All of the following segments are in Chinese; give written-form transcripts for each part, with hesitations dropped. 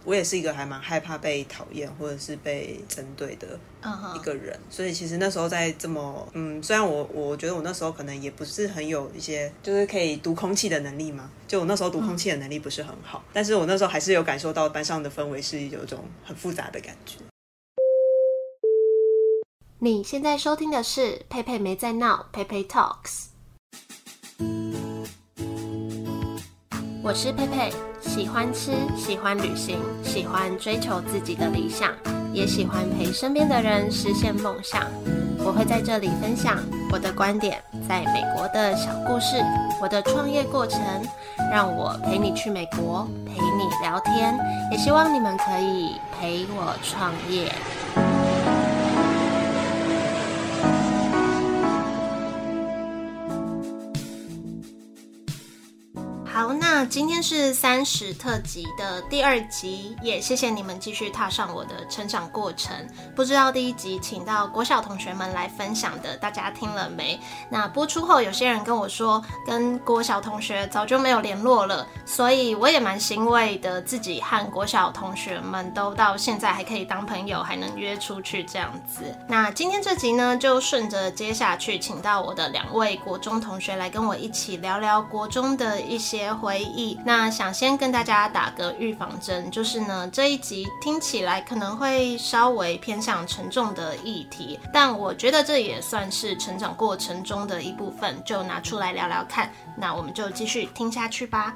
我也是一个还蛮害怕被讨厌或者是被针对的一个人，所以其实那时候在这么虽然我觉得我那时候可能也不是很有一些就是可以读空气的能力嘛，就我那时候读空气的能力不是很好，但是我那时候还是有感受到班上的氛围是有一种很复杂的感觉。 你现在收听的是佩佩没在闹，佩佩 Talks。我是佩佩，喜欢吃，喜欢旅行，喜欢追求自己的理想，也喜欢陪身边的人实现梦想。我会在这里分享我的观点，在美国的小故事，我的创业过程，让我陪你去美国，陪你聊天，也希望你们可以陪我创业。好，那今天是30特辑的第2集，也谢谢你们继续踏上我的成长过程。不知道第1集请到国小同学们来分享的，大家听了没？那播出后，有些人跟我说，跟国小同学早就没有联络了，所以我也蛮欣慰的，自己和国小同学们都到现在还可以当朋友，还能约出去这样子。那今天这集呢，就顺着接下去，请到我的2位国中同学来跟我一起聊聊国中的一些回忆。那想先跟大家打个预防针，就是呢，这一集听起来可能会稍微偏向沉重的议题，但我觉得这也算是成长过程中的一部分，就拿出来聊聊看。那我们就继续听下去吧。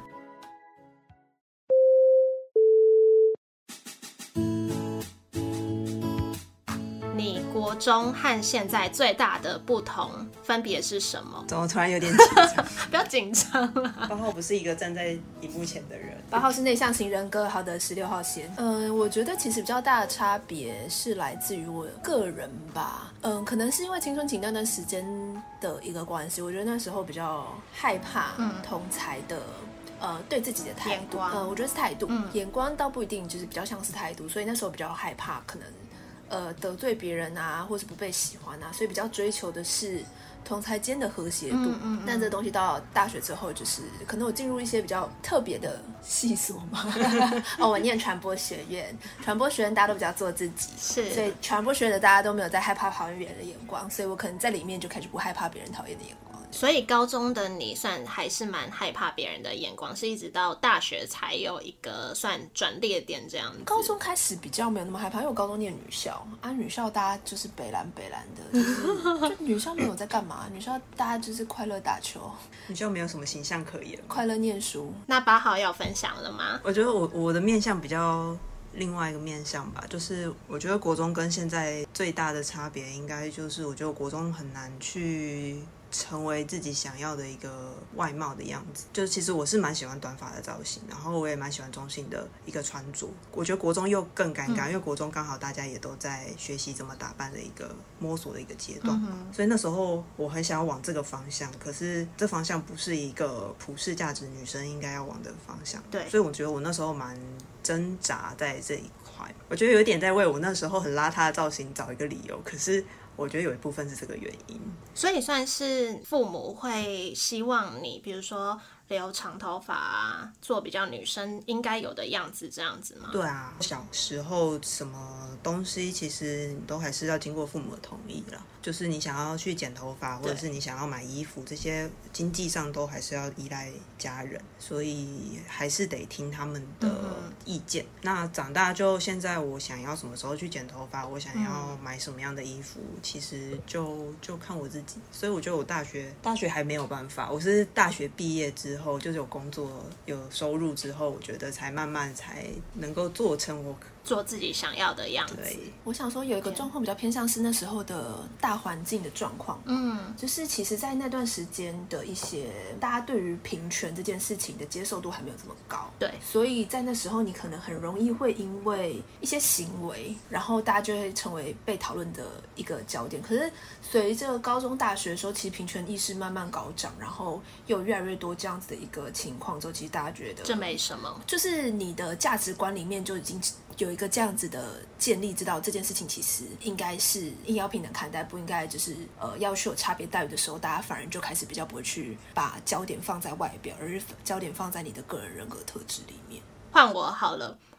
你国中和现在最大的不同分别是什么？ 怎么突然有点紧张？ 不要紧张啦。 8号不是一个站在荧幕前的人 ，8号是内向型人格，好的，16号先。我觉得其实比较大的差别是来自于我个人吧。可能是因为青春期那段时间的一个关系，我觉得那时候比较害怕同侪的。对自己的态度，我觉得是态度，眼光倒不一定，就是比较像是态度，所以那时候比较害怕可能得罪别人啊，或是不被喜欢啊，所以比较追求的是同侪间的和谐度。但这东西到大学之后，就是可能我进入一些比较特别的系所嘛。我念传播学院，传播学院大家都比较做自己， 是， 所以传播学院的大家都没有在害怕讨厌别人的眼光，所以我可能在里面就开始不害怕别人讨厌的眼光。 所以高中的你算还是蛮害怕别人的眼光，是一直到大学才有一个算转捩点这样子。 高中开始比较没有那么害怕，因为我高中念女校啊，女校大家就是北蓝的，就女校没有在干嘛，女校大家就是快乐打球， 女校没有什么形象可言， 快乐念书。 那8号要分享了吗？ 我觉得我的面向比较另外一个面向吧，就是我觉得国中跟现在最大的差别，应该就是我觉得国中很难去成为自己想要的一个外貌的样子。就是其实我是蛮喜欢短发的造型，然后我也蛮喜欢中性的一个穿着。我觉得国中又更尴尬，因为国中刚好大家也都在学习怎么打扮的一个摸索的一个阶段嘛，所以那时候我很想要往这个方向，可是这方向不是一个普世价值女生应该要往的方向。 对， 所以我觉得我那时候蛮挣扎在这一块，我觉得有一点在为我那时候很邋遢的造型找一个理由，可是我觉得有一部分是这个原因。 所以算是父母会希望你比如说留长头发啊，做比较女生应该有的样子这样子吗？ 对啊，小时候什么东西其实你都还是要经过父母的同意啦，就是你想要去剪头发或者是你想要买衣服，这些经济上都还是要依赖家人，所以还是得听他们的意见。那长大就现在我想要什么时候去剪头发，我想要买什么样的衣服，其实就看我自己。所以我觉得我大学还没有办法，我是大学毕业之后就是有工作有收入之后，我觉得才慢慢才能够做成我做自己想要的样子。 我想说有一个状况比较偏向是那时候的大环境的状况，就是其实在那段时间的一些大家对于平权这件事情的接受度还没有这么高， 对， 所以在那时候你可能很容易会因为一些行为，然后大家就会成为被讨论的一个焦点。可是随着高中大学的时候，其实平权意识慢慢高涨，然后又有越来越多这样子的一个情况之后，其实大家觉得这没什么， 就是你的价值观里面就已经有一个这样子的建立，知道这件事情其实应该是应该要平等看待，不应该就是要去有差别待遇的时候，大家反而就开始比较不会去把焦点放在外表，而是焦点放在你的个人人格特质里面。 换我好了。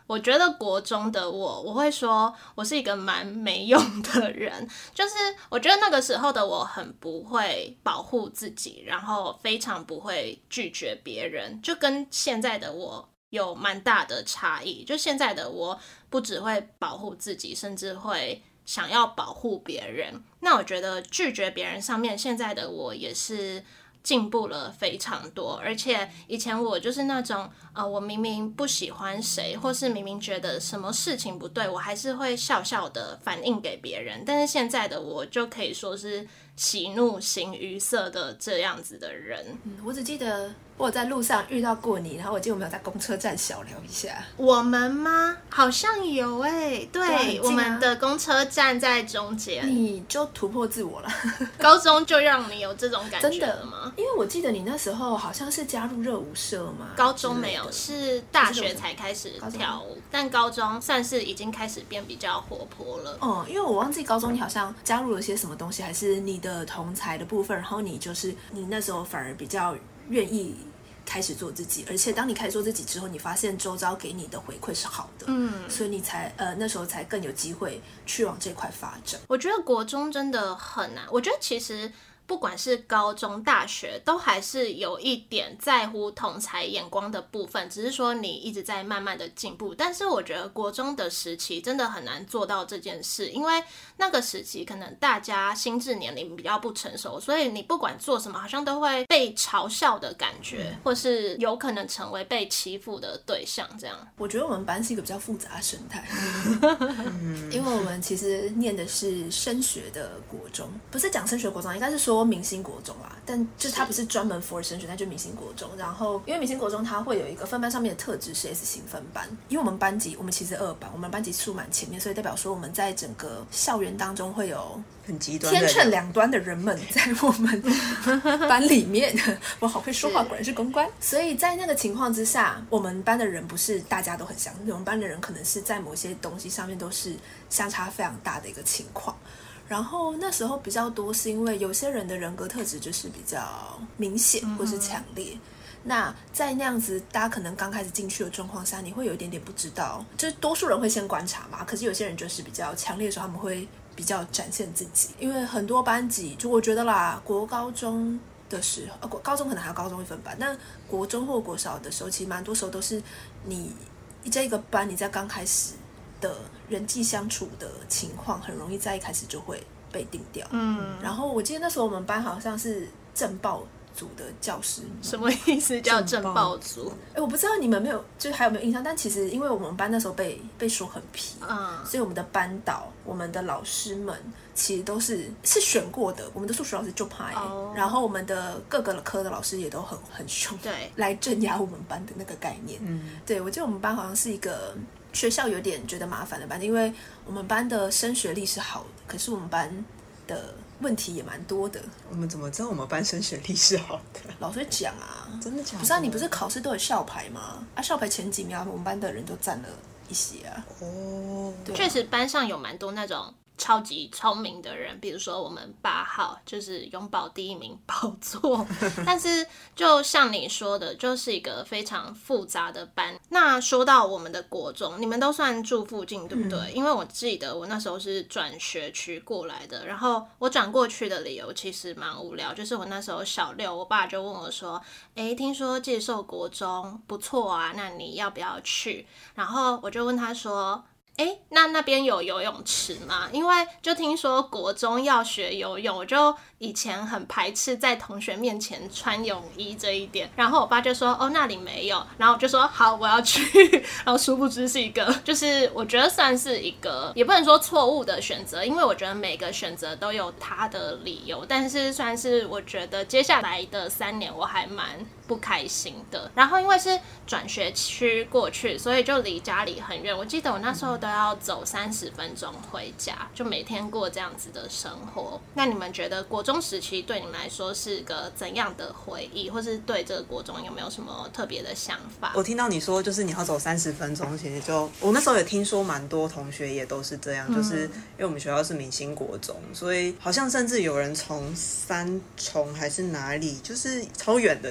我觉得国中的我会说我是一个蛮没用的人，就是我觉得那个时候的我很不会保护自己，然后非常不会拒绝别人，就跟现在的我有蛮大的差异。就现在的我不只会保护自己，甚至会想要保护别人。那我觉得拒绝别人上面，现在的我也是进步了非常多。而且以前我就是那种我明明不喜欢谁，或是明明觉得什么事情不对，我还是会笑笑的反映给别人。但是现在的我就可以说是喜怒形于色的这样子的人。 我只记得我有在路上遇到过你，然后我记得我们有在公车站小聊一下。 我们吗？好像有欸。对，我们的公车站在中间。 你就突破自我了。 高中就让你有这种感觉了吗？ 因为我记得你那时候好像是加入热舞社嘛。 高中没有，是大学才开始跳舞，但高中算是已经开始变比较活泼了。 因为我忘记高中你好像加入了些什么东西，还是你的同才的部分，然后你那时候反而比较愿意开始做自己，而且当你开始做自己之后，你发现周遭给你的回馈是好的，所以你才那时候才更有机会去往这块发展。 我觉得国中真的很难，我觉得其实不管是高中、大学，都还是有一点在乎同侪眼光的部分，只是说你一直在慢慢的进步。但是我觉得国中的时期真的很难做到这件事，因为那个时期可能大家心智年龄比较不成熟，所以你不管做什么，好像都会被嘲笑的感觉，或是有可能成为被欺负的对象。这样， 我觉得我们班是一个比较复杂的生态，因为我们其实念的是升学的国中，不是讲升学国中，应该是说明星国中啦，但就它不是专门 for 升学，那就明星国中。然后因为明星国中它会有一个分班上面的特质是 S 型分班，因为我们班级我们其实2班，我们班级数蛮前面，所以代表说我们在整个校园当中会有很极端的天秤两端的人们在我们班里面。我好会说话，果然是公关。所以在那个情况之下，我们班的人不是大家都很像，我们班的人可能是在某些东西上面都是相差非常大的一个情况。然后那时候比较多是因为有些人的人格特质就是比较明显或是强烈，那在那样子大家可能刚开始进去的状况下，你会有一点点不知道，就是多数人会先观察嘛，可是有些人就是比较强烈的时候，他们会比较展现自己。因为很多班级就我觉得啦，国高中的时候高中可能还有高中一分班，但国中或国小的时候其实蛮多时候都是你这个班你在刚开始的人际相处的情况，很容易在一开始就会被定掉。然后我记得那时候我们班好像是政报组的教师。 什么意思叫政报组？ 我不知道你们没有，就是还有没有印象？但其实因为我们班那时候被说很皮，所以我们的班导、我们的老师们其实都是选过的。我们的数学老师就派，然后我们的各个科的老师也都很凶， 对， 来镇压我们班的那个概念。对，我记得我们班好像是一个学校有点觉得麻烦的班，因为我们班的升学力是好的，可是我们班的问题也蛮多的。 我们怎么知道我们班升学力是好的？ 老师会讲啊。 真的假的？ 不是啊，你不是考试都有校排吗？校排前几名，我们班的人都占了一些啊。 对，确实班上有蛮多那种超级聪明的人，比如说我们8号就是永保第1名宝座，但是就像你说的，就是一个非常复杂的班。那说到我们的国中，你们都算住附近对不对？因为我记得我那时候是转学区过来的，然后我转过去的理由其实蛮无聊，就是我那时候小6，我爸就问我说听说介寿国中不错啊，那你要不要去？然后我就问他说那边有游泳池吗？因为就听说国中要学游泳，我就以前很排斥在同学面前穿泳衣这一点。然后我爸就说那里没有，然后我就说好，我要去。然后殊不知是一个，就是我觉得算是一个，也不能说错误的选择，因为我觉得每个选择都有它的理由，但是算是我觉得接下来的3年我还蛮不开心的。然后因为是转学区过去，所以就离家里很远，我记得我那时候都要走30分钟回家，就每天过这样子的生活。那你们觉得国中时期对你们来说是个怎样的回忆，或是对这个国中有没有什么特别的想法？ 我听到你说就是你要走30分钟，其实就我那时候也听说蛮多同学也都是这样，就是因为我们学校是明星国中，所以好像甚至有人从三重还是哪里，就是超远的，就是一个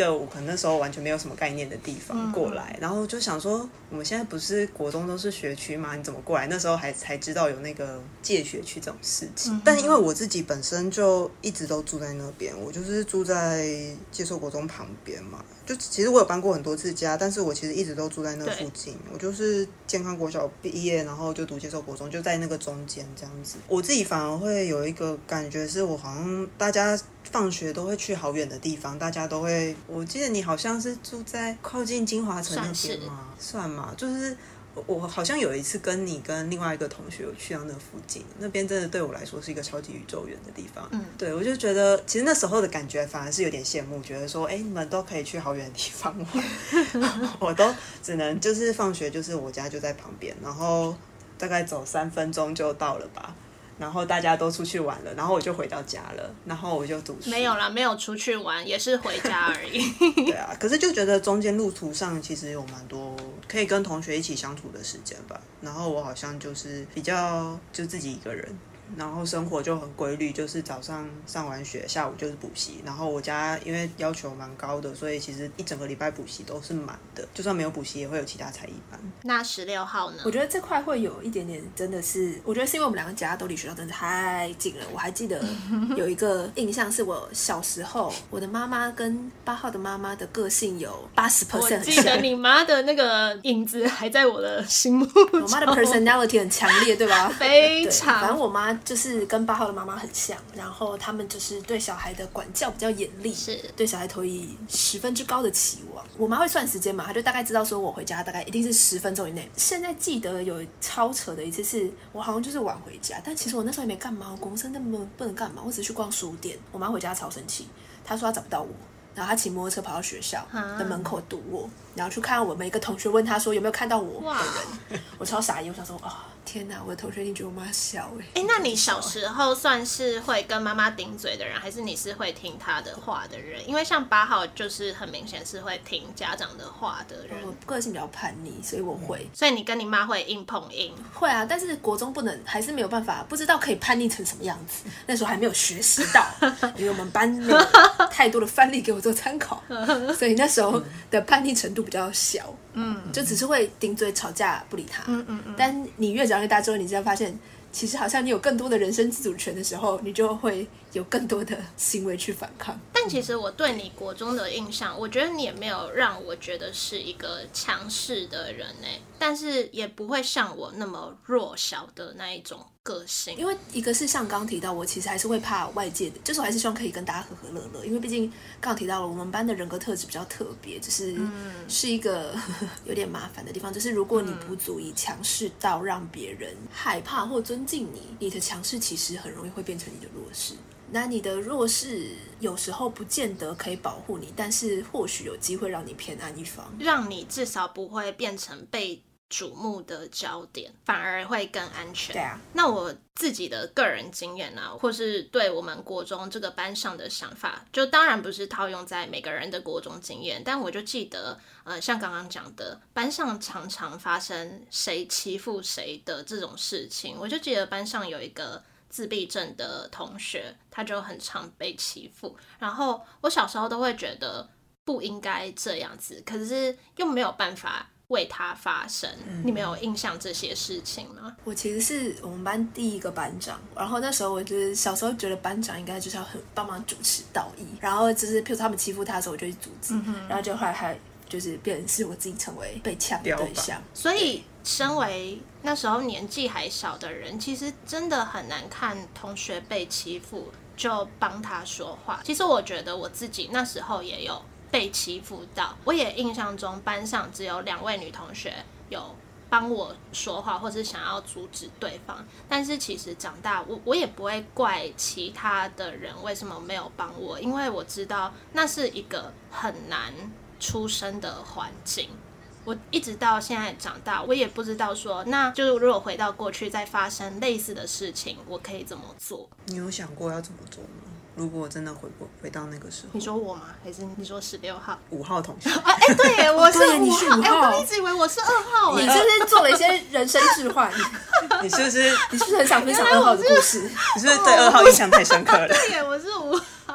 个我可能那时候完全没有什么概念的地方过来，然后就想说我们现在不是国中都是学区吗？你怎么过来？那时候才知道有那个借学区这种事情。但因为我自己本身就一直都住在那边，我就是住在介寿国中旁边嘛，就其实我有搬过很多次家，但是我其实一直都住在那附近。我就是健康国小毕业，然后就读介寿国中，就在那个中间这样子。我自己反而会有一个感觉是，我好像大家放学都会去好远的地方，大家都会。我记得你好像是住在靠近金华城那边吗？算嘛，就是我好像有一次跟你跟另外一个同学有去到那附近，那边真的对我来说是一个超级宇宙远的地方。对，我就觉得其实那时候的感觉反而是有点羡慕，觉得说你们都可以去好远的地方玩，我都只能就是放学就是我家就在旁边，然后大概走3分钟就到了吧。然后大家都出去玩了，然后我就回到家了，然后我就读书。 没有啦，没有出去玩，也是回家而已。 对啊，可是就觉得中间路途上其实有蛮多可以跟同学一起相处的时间吧。然后我好像就是比较就自己一个人，然后生活就很规律，就是早上上完学，下午就是补习。然后我家因为要求蛮高的，所以其实一整个礼拜补习都是满的，就算没有补习也会有其他才艺班。 那16号呢？ 我觉得这块会有一点点，真的是，我觉得是因为我们2个家都离学校真的太近了。我还记得有一个印象是我小时候，我的妈妈跟8号的妈妈的个性有80%很像。 我记得你妈的那个影子还在我的心目中。 我妈的 personality 很强烈，对吧？ 非常。 反正我妈就是跟8号的妈妈很像，然后他们就是对小孩的管教比较严厉， 是对小孩投以10分之高的期望。我妈会算时间嘛，她就大概知道说我回家大概一定是10分钟以内。现在记得有超扯的一次是，我好像就是晚回家，但其实我那时候也没干嘛，我国生根本不能干嘛，我只是去逛书店。我妈回家超生气，她说她找不到我，然后她骑摩托车跑到学校的门口堵我，然后去看我每一个同学，问她说有没有看到我的人。我超傻眼，我想说天哪，我的同学一定觉得我妈小那你小时候算是会跟妈妈顶嘴的人，还是你是会听她的话的人？因为像8号就是很明显是会听家长的话的人。 我个性比较叛逆，所以我会。 所以你跟你妈会硬碰硬？ 会啊，但是国中不能，还是没有办法，不知道可以叛逆成什么样子。那时候还没有学习到，因为我们班没有太多的范例给我做参考，所以那时候的叛逆程度比较小。就只是会顶嘴吵架不理他。但你越长越大之后，你就会发现，其实好像你有更多的人生自主权的时候，你就会有更多的行为去反抗。 但其实我对你国中的印象，我觉得你也没有让我觉得是一个强势的人但是也不会像我那么弱小的那一种个性。 因为一个是像刚刚提到，我其实还是会怕外界的，就是我还是希望可以跟大家和和乐乐。因为毕竟刚刚提到了，我们班的人格特质比较特别，就是是一个有点麻烦的地方，就是如果你不足以强势到让别人害怕或尊敬你，你的强势其实很容易会变成你的弱势。那你的弱势有时候不见得可以保护你，但是或许有机会让你偏安一方， 让你至少不会变成被瞩目的焦点，反而会更安全。 对啊。 那我自己的个人经验或是对我们国中这个班上的想法，就当然不是套用在每个人的国中经验，但我就记得像刚刚讲的，班上常常发生谁欺负谁的这种事情。我就记得班上有一个自闭症的同学，他就很常被欺负，然后我小时候都会觉得不应该这样子，可是又没有办法为他发声。你没有印象这些事情吗？ 我其实是我们班第一个班长，然后那时候我就是小时候觉得班长应该就是要很帮忙主持道义，然后就是譬如他们欺负他的时候，我就去阻止，然后就后来还就是变成是我自己成为被呛的对象。 所以身为那时候年纪还小的人，其实真的很难看同学被欺负就帮他说话。其实我觉得我自己那时候也有被欺负到，我也印象中班上只有2位女同学有帮我说话，或是想要阻止对方。但是其实长大我也不会怪其他的人为什么没有帮我，因为我知道那是一个很难出生的环境。我一直到现在长大，我也不知道说，那就是如果回到过去再发生类似的事情，我可以怎么做？ 你有想过要怎么做吗？如果真的回到那个时候， 你说我吗？还是你说16号 ？5号同学。 对耶，我是 5号。 我一直以为我是2号。 你是不是做了一些人生置换？ 你是不是很想分享2号的故事？ 你是不是对2号印象太深刻了？ 对耶，我是5号。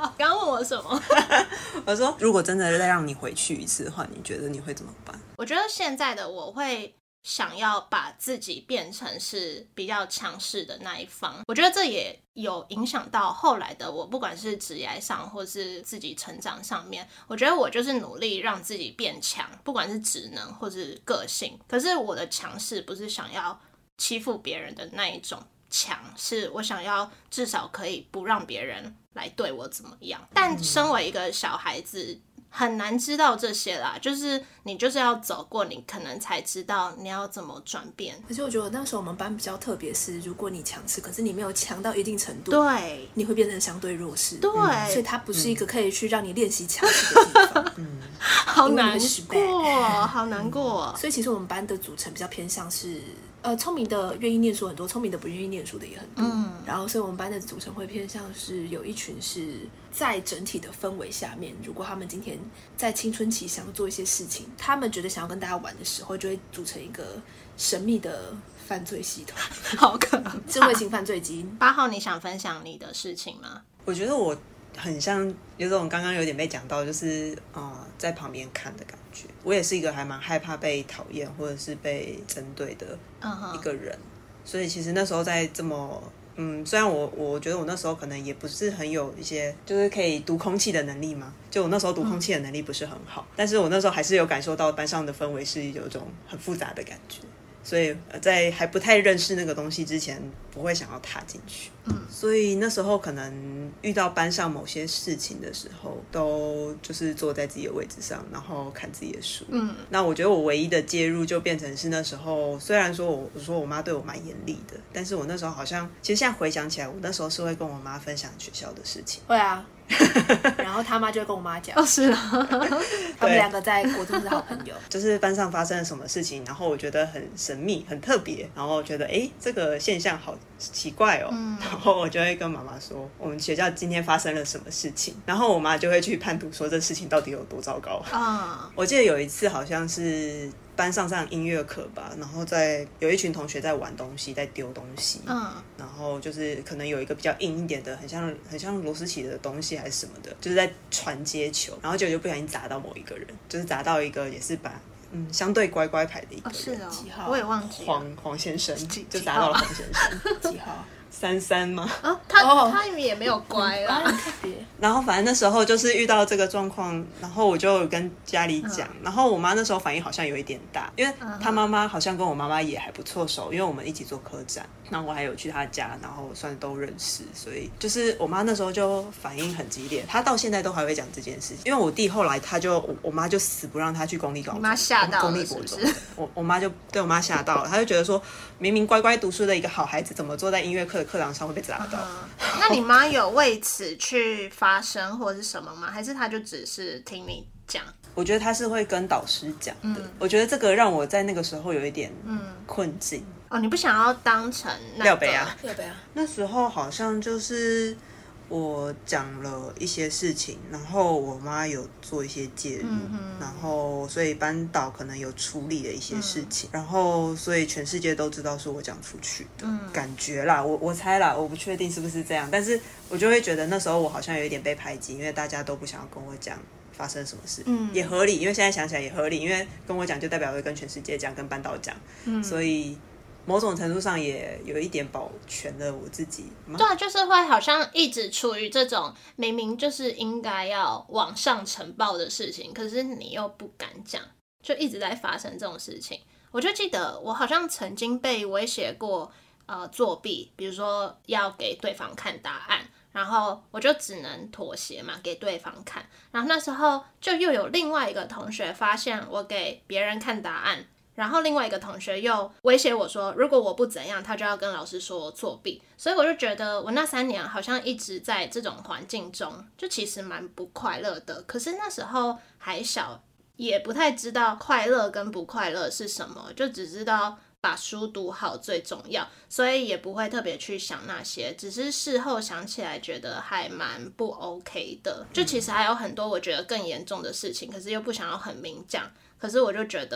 刚刚问我什么？ 我说如果真的再让你回去一次的话，你觉得你会怎么办？ 我觉得现在的我会想要把自己变成是比较强势的那一方，我觉得这也有影响到后来的我，不管是职业上或是自己成长上面，我觉得我就是努力让自己变强，不管是职能或是个性。可是我的强势不是想要欺负别人的那一种强，是我想要至少可以不让别人来对我怎么样。但身为一个小孩子很难知道这些啦，就是你就是要走过，你可能才知道你要怎么转变。 而且我觉得那时候我们班比较特别是，如果你强势，可是你没有强到一定程度， 对， 你会变成相对弱势。 对， 所以它不是一个可以去让你练习强势的地方。 好难过，好难过。 所以其实我们班的组成比较偏向是。聪明的愿意念书很多，聪明的不愿意念书的也很多。然后所以我们班的组成会偏向是有一群是在整体的氛围下面，如果他们今天在青春期想要做一些事情，他们觉得想要跟大家玩的时候，就会组成一个神秘的犯罪系统， 好可怕， 智慧型犯罪基因。 8号，你想分享你的事情吗？ 我觉得我很像有种刚刚有点被讲到，就是在旁边看的感觉。我也是一个还蛮害怕被讨厌或者是被针对的一个人，所以其实那时候在这么虽然我觉得我那时候可能也不是很有一些就是可以读空气的能力嘛，就我那时候读空气的能力不是很好，但是我那时候还是有感受到班上的氛围是有一种很复杂的感觉。所以在还不太认识那个东西之前，不会想要踏进去。所以那时候可能遇到班上某些事情的时候，都就是坐在自己的位置上，然后看自己的书。那我觉得我唯一的介入就变成是那时候，虽然说我说我妈对我蛮严厉的，但是我那时候好像，其实现在回想起来，我那时候是会跟我妈分享学校的事情。 会啊。然后他妈就会跟我妈讲， 是啊， 他们两个在国中是好朋友。 就是班上发生了什么事情，然后我觉得很神秘、很特别，然后觉得这个现象好奇怪哦，然后我就会跟妈妈说，我们学校今天发生了什么事情，然后我妈就会去判读说这事情到底有多糟糕。我记得有一次好像是班上音乐课吧，然后有一群同学在玩东西，在丢东西，然后就是可能有一个比较硬一点的，很像螺丝起的东西还是什么的，就是在传接球，然后就不小心砸到某一个人，就是砸到一个也是相对乖乖牌的一个人。 是哦， 几号？ 我也忘记了。 黄先生就砸到了黄先生。 几号 ？33吗？ 他也没有乖啦。 特别。 然后反正那时候就是遇到这个状况，然后我就跟家里讲，然后我妈那时候反应好像有一点大，因为她妈妈好像跟我妈妈也还不错熟，因为我们一起做科展，然后我还有去她家，然后算都认识，所以就是我妈那时候就反应很激烈，她到现在都还会讲这件事情。因为我弟后来我妈就死不让他去公立高中， 你妈吓到了， 公立国中，我妈就对我妈吓到了，她就觉得说明明乖乖读书的一个好孩子，怎么坐在音乐课的课堂上会被砸到？ 那你妈有为此去发声或者是什么吗？还是她就只是听你讲？ 我觉得她是会跟导师讲的。我觉得这个让我在那个时候有一点困境。 你不想要当成廖北啊？ 那时候好像就是我讲了一些事情，然后我妈有做一些介入，然后所以班导可能有处理了一些事情，然后所以全世界都知道是我讲出去的，感觉啦，我猜啦，我不确定是不是这样，但是我就会觉得那时候我好像有一点被排挤，因为大家都不想要跟我讲发生什么事，也合理，因为现在想起来也合理，因为跟我讲就代表会跟全世界讲，跟班导讲，所以某种程度上也有一点保全了我自己。 对啊，就是会好像一直处于这种明明就是应该要往上呈报的事情，可是你又不敢讲，就一直在发生这种事情。我就记得我好像曾经被威胁过作弊，比如说要给对方看答案，然后我就只能妥协嘛，给对方看。然后那时候就又有另外一个同学发现我给别人看答案，然后另外一个同学又威胁我说，如果我不怎样，他就要跟老师说我作弊。所以我就觉得我那3年好像一直在这种环境中，就其实蛮不快乐的。可是那时候还小，也不太知道快乐跟不快乐是什么，就只知道把书读好最重要，所以也不会特别去想那些，只是事后想起来觉得还蛮不 OK 的。就其实还有很多我觉得更严重的事情，可是又不想要很明讲，可是我就觉得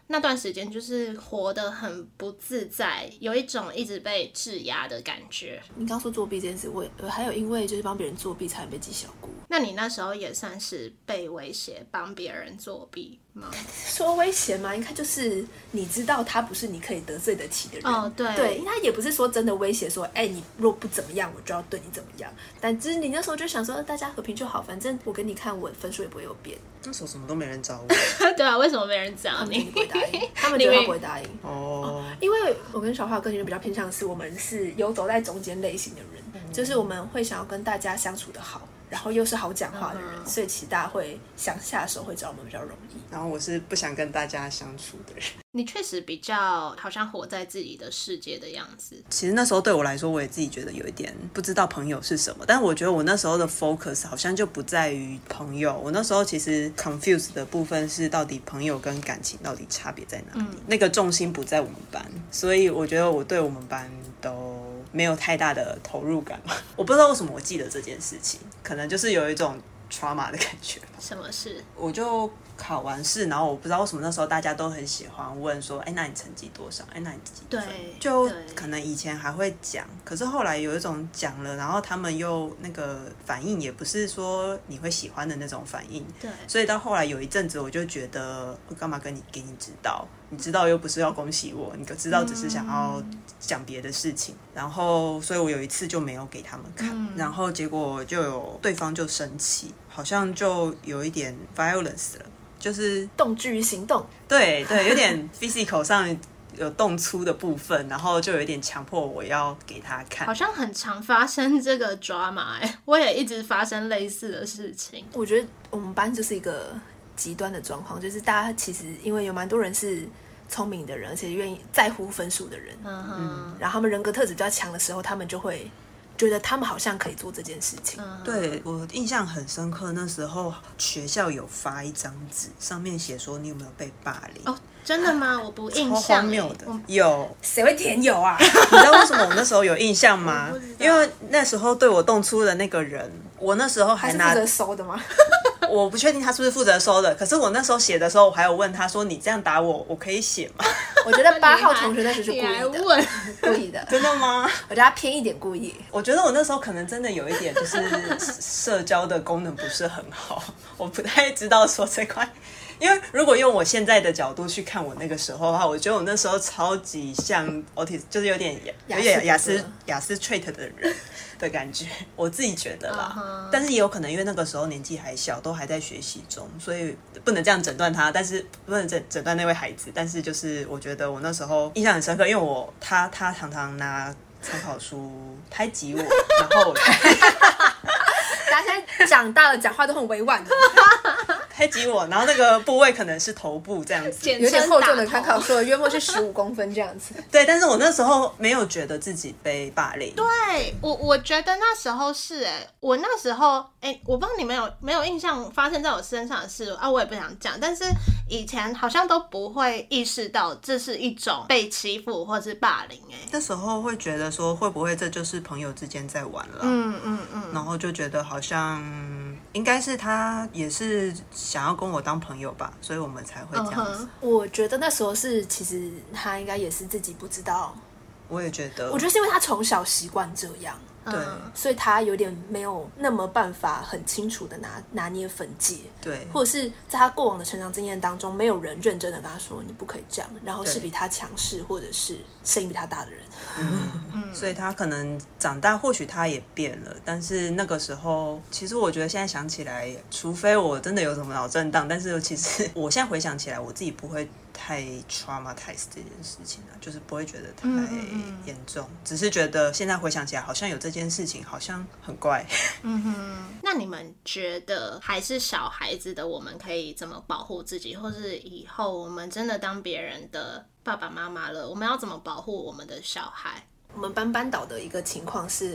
那段时间就是活得很不自在，有一种一直被质押的感觉。 你刚说作弊这件事，我还有因为就是帮别人作弊，差点被记小过。 那你那时候也算是被威胁帮别人作弊吗？ 说威胁吗？应该就是你知道他不是你可以得罪得起的人。 哦，对， 对，他也不是说真的威胁说，你若不怎么样，我就要对你怎么样。但只是你那时候就想说，大家和平就好，反正我给你看，我分数也不会有变。 那时候什么都没人找我。 对啊，为什么没人找他们你？ 不会答应，他们觉得他不会答应。 哦， 因为我跟小花个性比较偏向是，我们是游走在中间类型的人，就是我们会想要跟大家相处的好，然后又是好讲话的人，所以其实大家会想下手会找我们比较容易。 然后我是不想跟大家相处的人。 你确实比较好像活在自己的世界的样子。 其实那时候对我来说，我也自己觉得有一点不知道朋友是什么，但我觉得我那时候的 focus 好像就不在于朋友。我那时候其实 confused 的部分是到底朋友跟感情到底差别在哪里，那个重心不在我们班，所以我觉得我对我们班都没有太大的投入感。我不知道为什么我记得这件事情，可能就是有一种 trauma 的感觉。 什么事？ 我就考完试，然后我不知道为什么那时候大家都很喜欢问说，那你成绩多少？那你几分？就可能以前还会讲，可是后来有一种讲了，然后他们又那个反应也不是说你会喜欢的那种反应， 对， 所以到后来有一阵子我就觉得，我干嘛给你知道？你知道又不是要恭喜我，你知道只是想要讲别的事情，然后所以我有一次就没有给他们看，然后结果就有对方就生气，好像就有一点 violence 了。就是动之于行动， 对，有点 physical 上有动粗的部分，然后就有一点强迫我要给他看。 好像很常发生这个 drama，我也一直发生类似的事情。 我觉得我们班就是一个极端的状况，就是大家其实因为有蛮多人是聪明的人，而且愿意在乎分数的人，然后他们人格特质比较强的时候，他们就会觉得他们好像可以做这件事情。 对，我印象很深刻，那时候学校有发一张纸，上面写说你有没有被霸凌。 哦，真的吗？我不印象。 超荒谬的，有。 谁会填有啊？ 你知道为什么我那时候有印象吗？因为那时候对我动粗的那个人，我那时候还拿负责收的吗？ 我不确定他是不是负责收的，可是我那时候写的时候，我还有问他说：“你这样打我，我可以写吗？” 我觉得8号同学那时是故意的，故意的， 真的吗？ 我觉得他偏一点故意。 我觉得我那时候可能真的有一点就是社交的功能不是很好，我不太知道说这块。因为如果用我现在的角度去看我那个时候的话，我觉得我那时候超级像 autism， 就是有点雅思 trait 的人的感觉，我自己觉得啦。但是也有可能因为那个时候年纪还小，都还在学习中，所以不能这样诊断他，但是不能诊断那位孩子。但是就是我觉得我那时候印象很深刻，因为他常常拿参考书排挤我，然后大家现在长大了，讲话都很委婉的。 排挤我，然后那个部位可能是头部这样子， 有点厚重的参考书，约莫是15公分这样子。 对，但是我那时候没有觉得自己被霸凌。 对，我觉得那时候是我那时候我不知道你们没有印象发生在我身上的事啊，我也不想讲，但是以前好像都不会意识到这是一种被欺负或是霸凌。 那时候会觉得说会不会这就是朋友之间在玩了，然后就觉得好像应该是他也是想要跟我当朋友吧，所以我们才会这样子。 我觉得那时候是其实他应该也是自己不知道。 我也觉得， 我觉得是因为他从小习惯这样， 对， 所以他有点没有那么办法很清楚的拿捏分界， 对， 或者是在他过往的成长经验当中，没有人认真的跟他说你不可以这样，然后是比他强势或者是声音比他大的人， 所以他可能长大，或许他也变了，但是那个时候，其实我觉得现在想起来，除非我真的有什么脑震荡，但是其实我现在回想起来，我自己不会太 traumatize 这件事情啊，就是不会觉得太严重，只是觉得现在回想起来，好像有这件事情，好像很怪。 那你们觉得还是小孩子的我们可以怎么保护自己，或是以后我们真的当别人的爸爸妈妈了，我们要怎么保护我们的小孩？ 我们班导的一个情况是，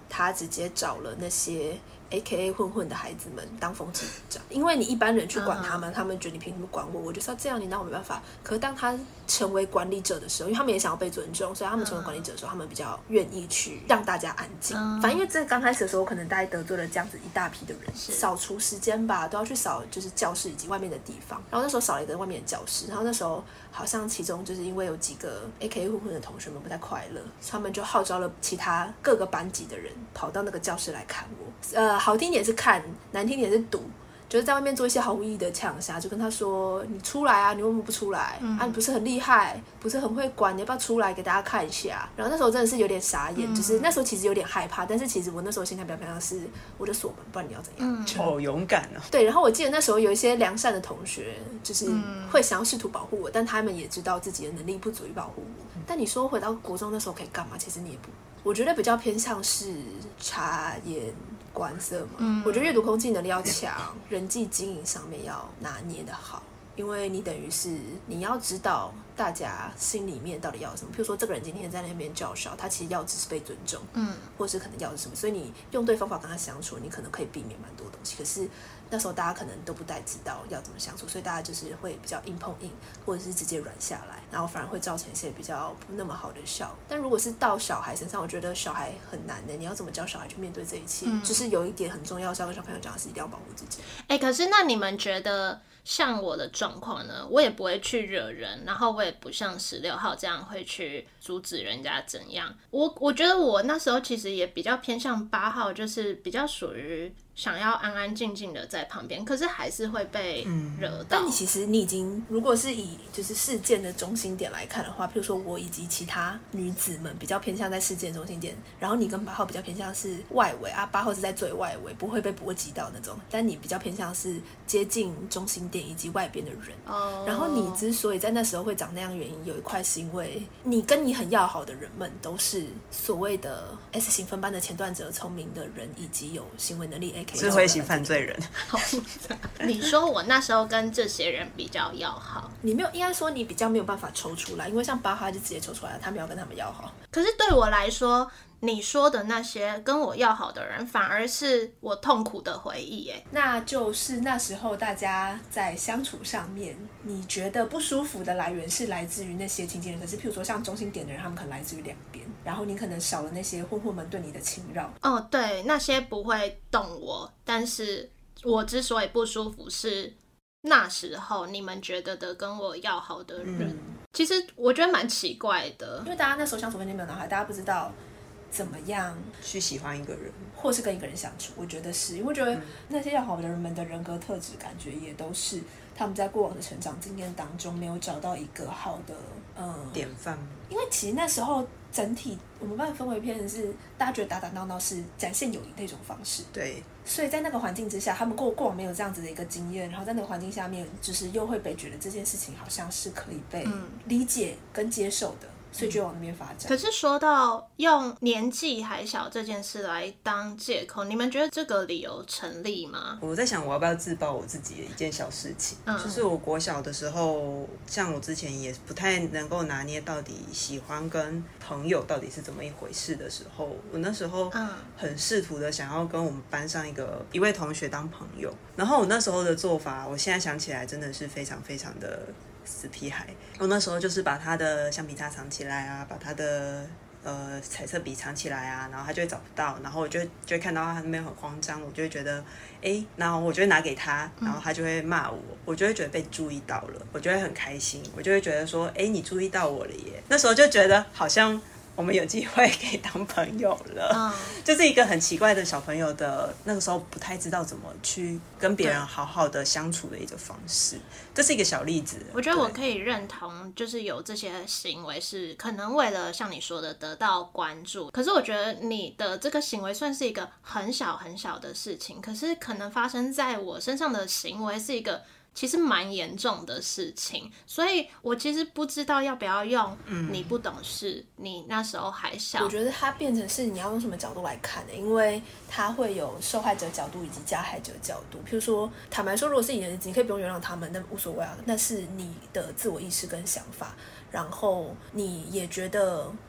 他直接找了那些AKA 混混的孩子们当风纪股长，因为你一般人去管他们，他们觉得你凭什么管我？我就是要这样，你拿我没办法。可是当他成为管理者的时候，因为他们也想要被尊重，所以他们成为管理者的时候，他们比较愿意去让大家安静。反正因为这刚开始的时候，可能大概得罪了这样子一大批的人，扫除时间吧，都要去扫就是教室以及外面的地方。然后那时候扫了一个外面的教室，然后那时候好像其中就是因为有几个 AKA 混混的同学们不太快乐，他们就号召了其他各个班级的人跑到那个教室来看我。好听点是看，难听点是赌，就是在外面做一些毫无意义的呛下，就跟他说：“你出来啊，你为什么不出来？啊，你不是很厉害，不是很会管，你要不要出来给大家看一下？”然后那时候真的是有点傻眼，就是那时候其实有点害怕，但是其实我那时候心态比较偏向是，我就锁门，不然你要怎样？ 好勇敢哦！ 对，然后我记得那时候有一些良善的同学，就是会想要试图保护我，但他们也知道自己的能力不足以保护我。但你说回到国中那时候可以干嘛？其实你也不，我觉得比较偏向是察言观色嘛。我觉得阅读空气能力要强，人际经营上面要拿捏的好，因为你等于是你要知道大家心里面到底要什么。譬如说这个人今天在那边叫嚣，他其实要只是被尊重，或是可能要是什么，所以你用对方法跟他相处，你可能可以避免蛮多东西。可是那时候大家可能都不太知道要怎么相处，所以大家就是会比较硬碰硬，或者是直接软下来，然后反而会造成一些比较不那么好的效果。但如果是到小孩身上，我觉得小孩很难的，你要怎么教小孩去面对这一切？就是有一点很重要是要跟小朋友讲的是一定要保护自己。 可是那你们觉得像我的状况呢？我也不会去惹人，然后我也不像16号这样会去阻止人家怎样。我觉得我那时候其实也比较偏向8号，就是比较属于想要安安静静的在旁边，可是还是会被惹到。 但其实你已经，如果是以就是事件的中心点来看的话，譬如说我以及其他女子们比较偏向在事件中心点，然后你跟8号比较偏向是外围啊，8号是在最外围，不会被波及到那种，但你比较偏向是接近中心点以及外边的人。然后你之所以在那时候会长那样，原因有一块是因为你跟你很要好的人们都是所谓的 S 型分班的前段者、聪明的人以及有行为能力 AKA 智慧型犯罪人。 好复杂。你说我那时候跟这些人比较要好， 你没有，应该说你比较没有办法抽出来，因为像8号就直接抽出来了，他没有跟他们要好。 可是对我来说，你说的那些跟我要好的人，反而是我痛苦的回忆。 那就是那时候大家在相处上面，你觉得不舒服的来源是来自于那些亲近人，可是譬如说像中心点的人，他们可能来自于两边，然后你可能少了那些混混们对你的侵扰。 对，那些不会动我，但是我之所以不舒服是那时候你们觉得的跟我要好的人，其实我觉得蛮奇怪的， 因为大家那时候相处跟没有脑海，大家不知道怎么样去喜欢一个人， 或是跟一个人相处。我觉得是因为我觉得那些要好的人们的人格特质，感觉也都是他们在过往的成长经验当中没有找到一个好的典范。 因为其实那时候整体我们班的氛围偏的是大家觉得打打闹闹是展现友谊的一种方式， 对， 所以在那个环境之下，他们过往没有这样子的一个经验，然后在那个环境下面，就是又会被觉得这件事情好像是可以被理解跟接受的，所以就往那边发展。 可是说到用年纪还小这件事来当借口，你们觉得这个理由成立吗？ 我在想我要不要自曝我自己的一件小事情，就是我国小的时候，像我之前也不太能够拿捏到底喜欢跟朋友到底是怎么一回事的时候，我那时候很试图的想要跟我们班上一位同学当朋友，然后我那时候的做法，我现在想起来真的是非常非常的死屁孩。我那时候就是把他的橡皮擦藏起来啊，把他的彩色笔藏起来啊，然后他就会找不到，然后我就会看到他那边很慌张，我就会觉得然后我就会拿给他，然后他就会骂我，我就会觉得被注意到了，我就会很开心，我就会觉得说你注意到我了耶，那时候就觉得好像我们有机会可以当朋友了，就是一个很奇怪的小朋友的那个时候不太知道怎么去跟别人好好的相处的一个方式，这是一个小例子。 我觉得我可以认同，就是有这些行为是可能为了像你说的得到关注，可是我觉得你的这个行为算是一个很小很小的事情，可是可能发生在我身上的行为是一个其实蛮严重的事情，所以我其实不知道要不要用你不懂事，你那时候还小。 我觉得它变成是你要用什么角度来看的，因为它会有受害者角度以及加害者角度。譬如说，坦白说，如果是你的日子，你可以不用原谅他们，那无所谓啊，那是你的自我意识跟想法。然后你也觉得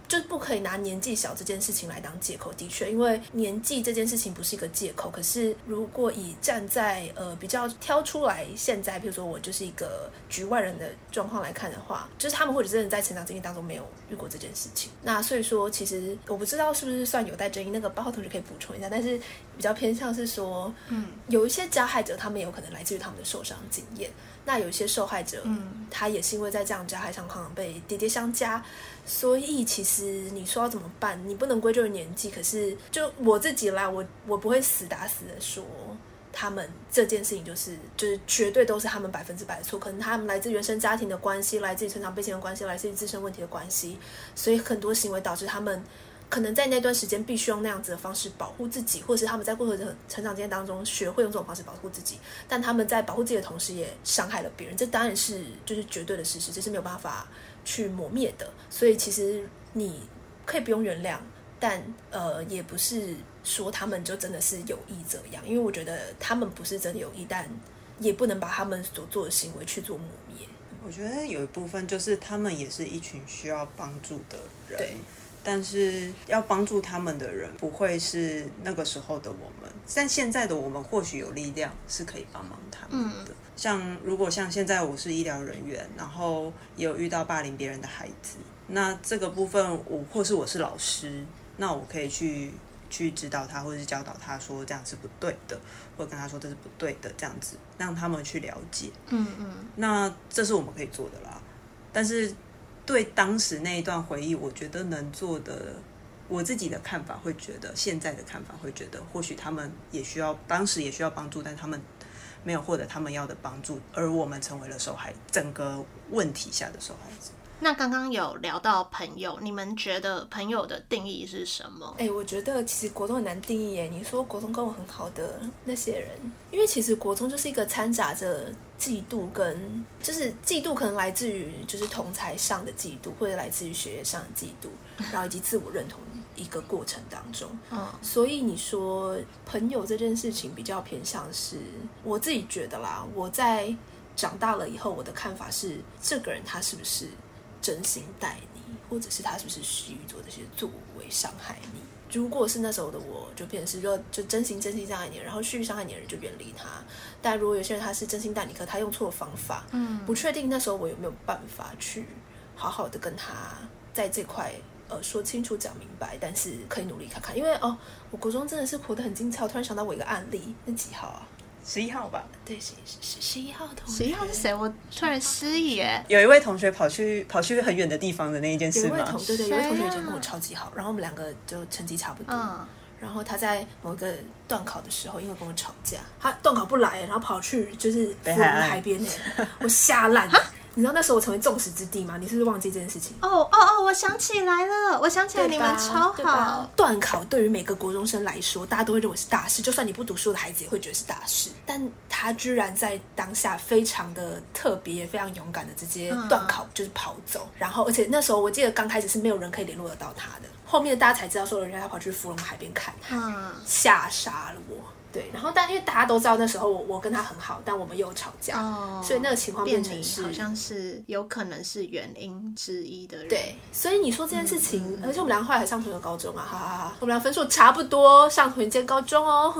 就不可以拿年纪小这件事情来当借口。的确，因为年纪这件事情不是一个借口，可是如果以站在比较挑出来现在，比如说我就是一个局外人的状况来看的话，就是他们或者真的在成长经历当中没有遇过这件事情。那所以说，其实我不知道是不是算有待争议，那个8号同学可以补充一下，但是比较偏向是说，有一些加害者他们有可能来自于他们的受伤经验，那有一些受害者，他也是因为在这样加害上可能被跌跌相加，所以其实你说要怎么办，你不能归咎于年纪，可是就我自己来，我不会死打死的说他们这件事情就是绝对都是他们100%的错，可能他们来自原生家庭的关系，来自于成长背景的关系，来自于自身问题的关系，所以很多行为导致他们可能在那段时间必须用那样子的方式保护自己，或者是他们在过程的成长经验当中学会用这种方式保护自己，但他们在保护自己的同时也伤害了别人，这当然是就是绝对的事实，这是没有办法去磨灭的。所以其实你可以不用原谅，但也不是说他们就真的是有意这样，因为我觉得他们不是真的有意，但也不能把他们所做的行为去做磨灭。 我觉得有一部分就是他们也是一群需要帮助的人， 对， 但是要帮助他们的人不会是那个时候的我们，但现在的我们或许有力量是可以帮忙他们的。如果像现在我是医疗人员，然后也有遇到霸凌别人的孩子，那这个部分或是我是老师，那我可以去指导他，或者是教导他说这样是不对的，或者跟他说这是不对的，这样子让他们去了解。那这是我们可以做的啦。但是对当时那一段回忆，我觉得能做的，我自己的看法会觉得，现在的看法会觉得，或许他们也需要，当时也需要帮助，但他们没有获得他们要的帮助，而我们成为了整个问题下的受害者。 那刚刚有聊到朋友，你们觉得朋友的定义是什么？ 我觉得其实国中很难定义耶。你说国中跟我很好的那些人，因为其实国中就是一个掺杂着嫉妒跟就是嫉妒可能来自于就是同侪上的嫉妒，或者来自于学业上的嫉妒，然后以及自我认同一个过程当中。所以你说朋友这件事情比较偏向是我自己觉得啦，我在长大了以后，我的看法是这个人他是不是真心待你，或者是他是不是虚于做这些作为伤害你。如果是那时候的我，就变成是就真心伤害你，然后虚于伤害你的人就远离他。但如果有些人他是真心待你，可他用错方法，不确定那时候我有没有办法去好好的跟他在这块说清楚讲明白，但是可以努力看看。因为我国中真的是活得很精彩，我突然想到我一个案例，那几号啊 ？11号吧。 对，11号同学。 11号是谁？我突然失忆耶。 有一位同学跑去很远的地方的那一件事吗？ 有一位同学以前跟我超级好，然后我们两个就成绩差不多。然后他在某一个段考的时候，因为跟我吵架，他段考不来，然后跑去就是福隆海边我吓烂。你知道那时候我成为众矢之的吗？你是不是忘记这件事情？ 我想起来了，你们超好。 段考对于每个国中生来说，大家都会认为是大事，就算你不读书的孩子也会觉得是大事。但他居然在当下非常的特别，非常勇敢的直接段考就是跑走。然后而且那时候我记得刚开始是没有人可以联络得到他的，后面大家才知道说人家要跑去福隆海边看海，吓傻了我。对，然后但因为大家都知道那时候我跟他很好，但我们又吵架，所以那个情况变成是好像是有可能是原因之一的人。 对，所以你说这件事情，而且我们两个后来还上同一个高中啊，哈哈哈，我们俩分数差不多，上同一间高中哦。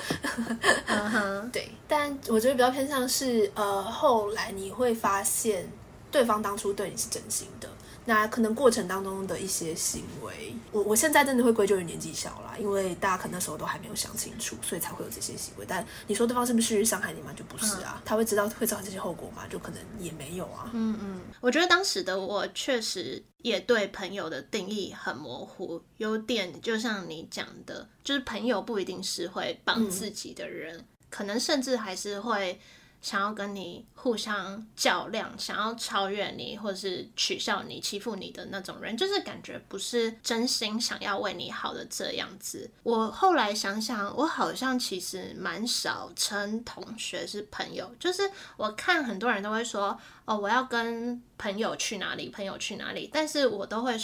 对，但我觉得比较偏向是后来你会发现对方当初对你是真心的。那可能过程当中的一些行为，我现在真的会归咎于年纪小啦，因为大家可能那时候都还没有想清楚，所以才会有这些行为。但你说对方是不是蓄意伤害你吗？就不是啊。他会知道会造成这些后果吗？就可能也没有啊。 我觉得当时的我确实也对朋友的定义很模糊，有点就像你讲的，就是朋友不一定是会帮自己的人，可能甚至还是会想要跟你互相较量，想要超越你，或者是取笑你、欺负你的那种人，就是感觉不是真心想要为你好的这样子。我后来想想，我好像其实蛮少称同学是朋友，就是我看很多人都会说我要跟朋友去哪里，但是我都会说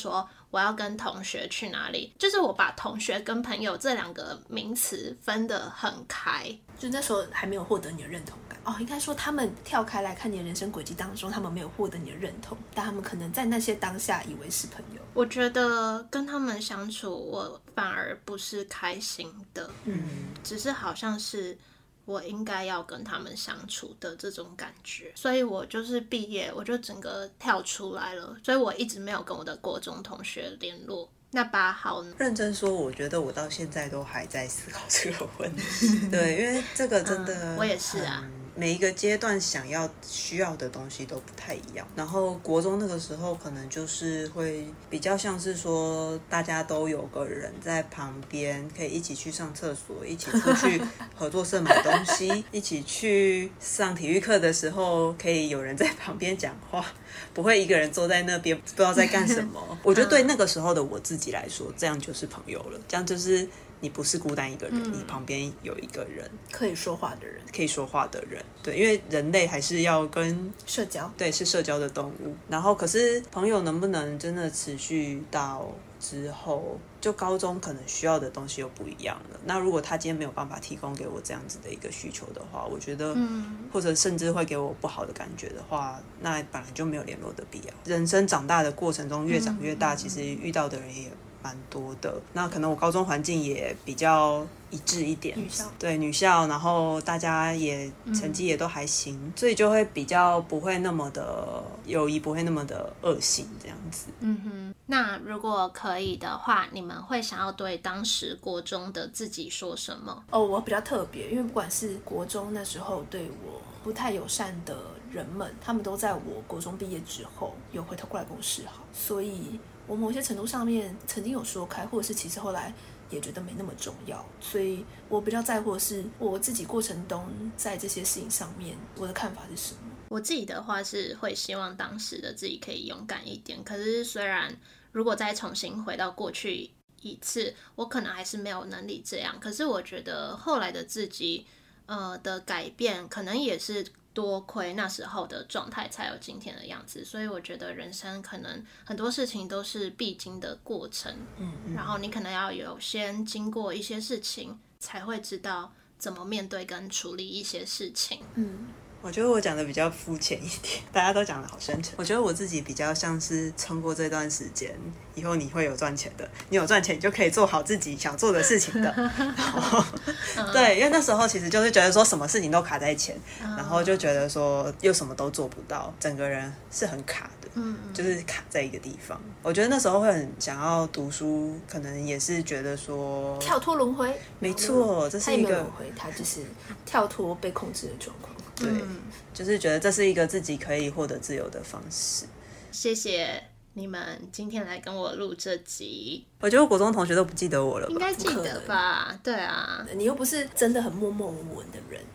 我要跟同学去哪里，就是我把同学跟朋友这两个名词分得很开， 就那时候还没有获得你的认同感哦，应该说他们跳开来看你的人生轨迹当中，他们没有获得你的认同，但他们可能在那些当下以为是朋友。 我觉得跟他们相处，我反而不是开心的，只是好像是我应该要跟他们相处的这种感觉，所以我就是毕业我就整个跳出来了，所以我一直没有跟我的国中同学联络。那8号呢？ 认真说，我觉得我到现在都还在思考这个问题。对，因为这个真的， 我也是啊。 每一个阶段需要的东西都不太一样。然后国中那个时候可能就是会比较像是说大家都有个人在旁边，可以一起去上厕所，一起出去合作社买东西，一起去上体育课的时候可以有人在旁边讲话，不会一个人坐在那边不知道在干什么。我觉得对那个时候的我自己来说，这样就是朋友了，这样就是你不是孤单一个人，你旁边有一个人可以说话的人， 对，因为人类还是要跟社交， 对，是社交的动物。然后可是朋友能不能真的持续到之后，就高中可能需要的东西又不一样了。那如果他今天没有办法提供给我这样子的一个需求的话，我觉得或者甚至会给我不好的感觉的话，那本来就没有联络的必要。人生长大的过程中越长越大，其实遇到的人也蛮多的。那可能我高中环境也比较一致一点，女校，然后大家也成绩也都还行，所以就会比较不会那么的友谊，不会那么的恶性这样子。 那如果可以的话，你们会想要对当时国中的自己说什么？ 我比较特别，因为不管是国中那时候对我不太友善的人们，他们都在我国中毕业之后有回头过来跟我示好，所以我某些程度上面曾经有说开，或者是其实后来也觉得没那么重要，所以我比较在乎的是我自己过程中在这些事情上面我的看法是什么。 我自己的话是会希望当时的自己可以勇敢一点，可是虽然如果再重新回到过去一次，我可能还是没有能力这样，可是我觉得后来的自己的改变可能也是多亏那时候的状态才有今天的样子，所以我觉得人生可能很多事情都是必经的过程，然后你可能要有先经过一些事情，才会知道怎么面对跟处理一些事情。 我觉得我讲的比较肤浅一点，大家都讲的好深沉。我觉得我自己比较像是撑过这段时间，以后你会有赚钱的，你有赚钱你就可以做好自己想做的事情的。然后对，因为那时候其实就是觉得说什么事情都卡在钱，然后就觉得说又什么都做不到，整个人是很卡的，就是卡在一个地方。我觉得那时候会很想要读书，可能也是觉得说跳脱轮回， 没错，这是一个轮回，它就是跳脱被控制的状况。 对，就是觉得这是一个自己可以获得自由的方式。 谢谢你们今天来跟我录这集。 我觉得我国中同学都不记得我了吧？ 应该记得吧？对啊， 你又不是真的很默默无闻的人。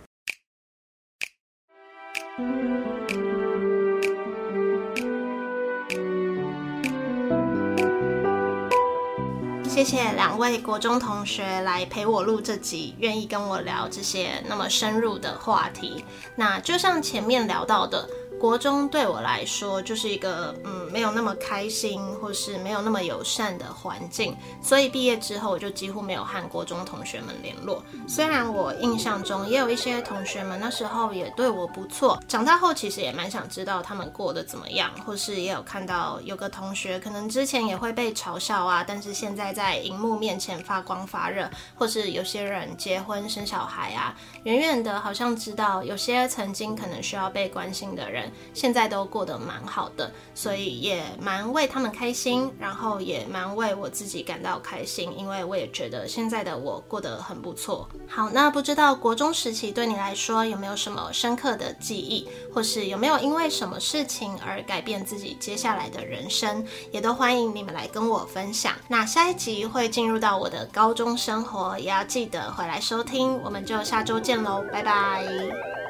谢谢2位国中同学来陪我录这集，愿意跟我聊这些那么深入的话题。那就像前面聊到的，国中对我来说就是一个没有那么开心或是没有那么友善的环境，所以毕业之后我就几乎没有和国中同学们联络。虽然我印象中也有一些同学们那时候也对我不错，长大后其实也蛮想知道他们过得怎么样，或是也有看到有个同学可能之前也会被嘲笑啊，但是现在在荧幕面前发光发热，或是有些人结婚生小孩啊，远远的好像知道有些曾经可能需要被关心的人现在都过得蛮好的，所以也蛮为他们开心，然后也蛮为我自己感到开心，因为我也觉得现在的我过得很不错。好，那不知道国中时期对你来说有没有什么深刻的记忆，或是有没有因为什么事情而改变自己接下来的人生，也都欢迎你们来跟我分享。那下一集会进入到我的高中生活，也要记得回来收听，我们就下周见咯，拜拜。